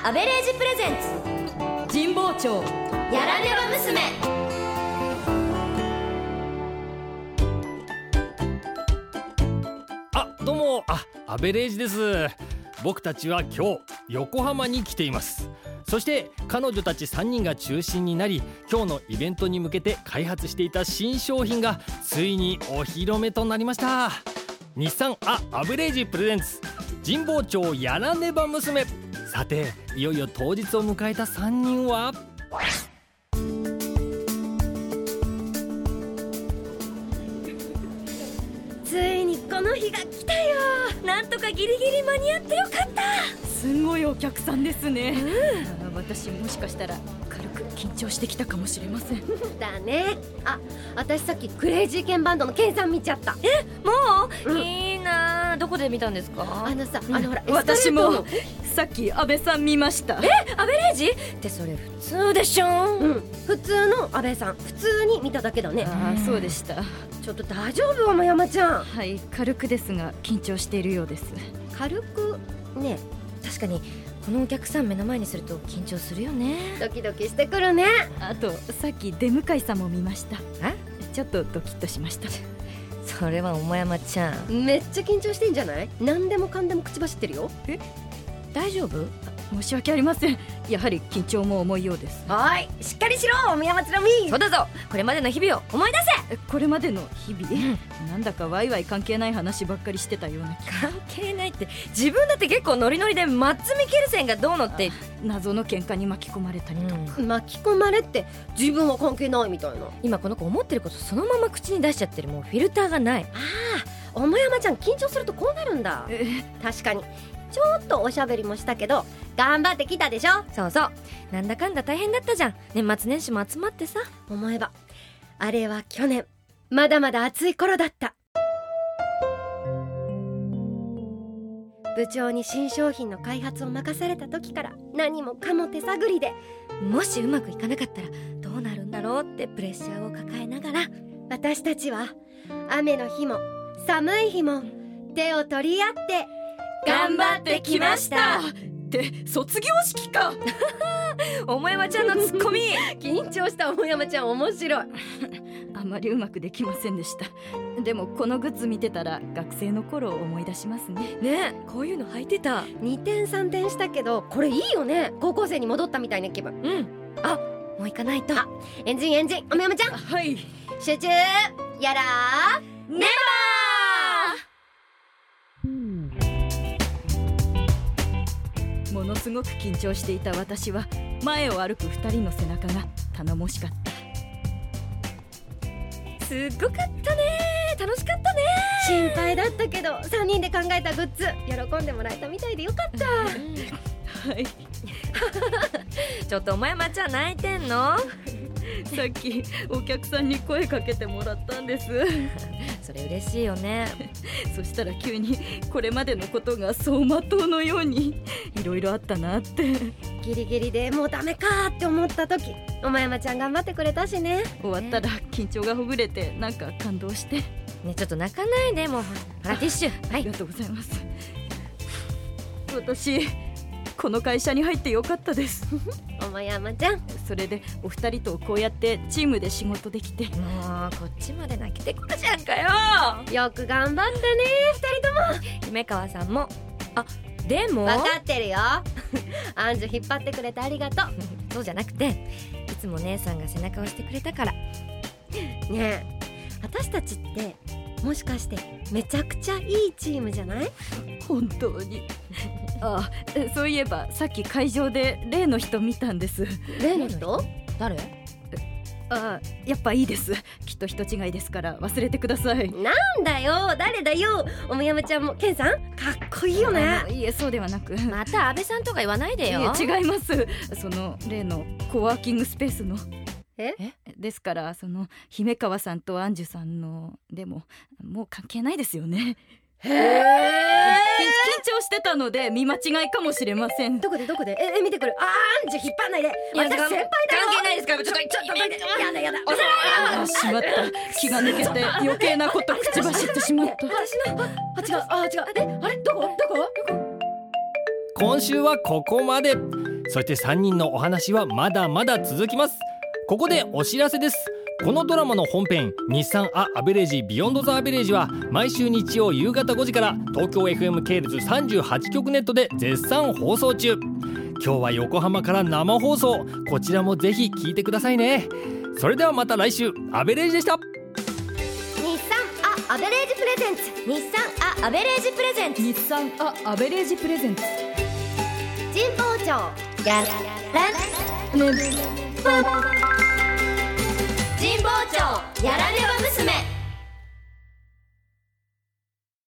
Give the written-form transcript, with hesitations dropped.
アベレージプレゼンツ神保町やらねば娘。 どうも、アベレージです。僕たちは今日横浜に来ています。そして彼女たち3人が中心になり、今日のイベントに向けて開発していた新商品がついにお披露目となりました。日産アベレージプレゼンツ神保町やらねば娘。さて、いよいよ当日を迎えた3人はついにこの日が来たよ。なんとかギリギリ間に合ってよかった。 すごいお客さんですね、私もしかしたら軽く緊張してきたかもしれませんだね。私さっきクレイジーケンバンドのケンさん見ちゃった。もう、いいな。どこで見たんですか？ほら、 私もさっき安倍さん見ました。 アベレージってそれ普通でしょ。普通の安倍さん、普通に見ただけだね。 そうでした。 ちょっと大丈夫？山山ちゃん。 はい、軽くですが緊張しているようです。 軽くね。確かにこのお客さん目の前にすると緊張するよね。ドキドキしてくるね。 あとさっき出迎えさんも見ました。ちょっとドキッとしました。 それはおもやまちゃん、めっちゃ緊張してんじゃない？何でもかんでも口走ってるよ。大丈夫？ 申し訳ありません。やはり緊張も重いようです。 はい、しっかりしろ宮松のみ。そうだぞ、これまでの日々を思い出せ。 これまでの日々、なんだかワイワイ関係ない話ばっかりしてたような気が。 関係ないって、自分だって結構ノリノリでマッツ・ミケルセンがどうのって謎の喧嘩に巻き込まれたりとか、 巻き込まれって自分は関係ないみたいな。今この子思ってることそのまま口に出しちゃってる。もうフィルターがない。おもやまちゃん緊張するとこうなるんだ。確かにちょっとおしゃべりもしたけど頑張ってきたでしょ。そうそう、なんだかんだ大変だったじゃん。年末年始も集まってさ。思えばあれは去年、まだまだ暑い頃だった。部長に新商品の開発を任された時から何もかも手探りで、もしうまくいかなかったらどうなるんだろうってプレッシャーを抱えながら、私たちは雨の日も寒い日も手を取り合って頑張ってきました。 って卒業式かおもやまちゃんのツッコミ緊張したおもやまちゃん面白いあまりうまくできませんでした。でもこのグッズ見てたら学生の頃を思い出しますね。 ね、こういうの履いてた。2点3点したけどこれいいよね。高校生に戻ったみたいな気分。もう行かないと。エンジンおもやまちゃん、 はい、 集中やらねばものすごく緊張していた私は前を歩く2人の背中が頼もしかった。 すごかったね。楽しかったね。心配だったけど3人で考えたグッズ喜んでもらえたみたいでよかった。 はいちょっとお前まちゃん泣いてんの？ さっきお客さんに声かけてもらったんですそれ嬉しいよねそしたら急にこれまでのことが走馬灯のようにいろいろあったなって。 ギリギリでもうダメかって思った時、お前まちゃん頑張ってくれたしね。 終わったら緊張がほぐれてなんか感動してね。ちょっと泣かないで。もうほらティッシュ。 ありがとうございます。私この会社に入ってよかったですおもやまちゃん、 それでお二人とこうやってチームで仕事できて。 もうこっちまで泣けてくるじゃんかよ。よく頑張ったね二人とも。姫川さんも。でも分かってるよアンジュ引っ張ってくれてありがとうそうじゃなくて、いつも姉さんが背中を押してくれたから。ねえ、私たちってもしかしてめちゃくちゃいいチームじゃない？ 本当にそういえばさっき会場で例の人見たんです。 例の人？誰？ やっぱいいです。きっと人違いですから忘れてください。 なんだよ、誰だよ。おもやまちゃんもケンさんかっこいいよね。 いえ、そうではなく。 また安倍さんとか言わないでよ。 いえ、違います。その例のコワーキングスペースのですから、その姫川さんとアンジュさんのでももう関係ないですよね。 へー、 緊張してたので見間違いかもしれません。 どこで見てくる。アンジュ引っ張んないで。私先輩だよ。関係ないですから。ちょっと待って。やだしまった。気が抜けて余計なこと口走ってしまった。 私の違う。あれどこ？ 今週はここまで。 そして3人のお話はまだまだ続きます。ここでお知らせです。このドラマの本編日産アベレージビヨンドザアベレージは毎週日曜夕方5時から東京 FM 系列38局ネットで絶賛放送中。今日は横浜から生放送、こちらもぜひ聞いてくださいね。それではまた来週。アベレージでした。 日産アベレージプレゼンツ、日産アベレージプレゼンツ、 日産アベレージプレゼンツ、 神保町やられねば神保町やらねば娘。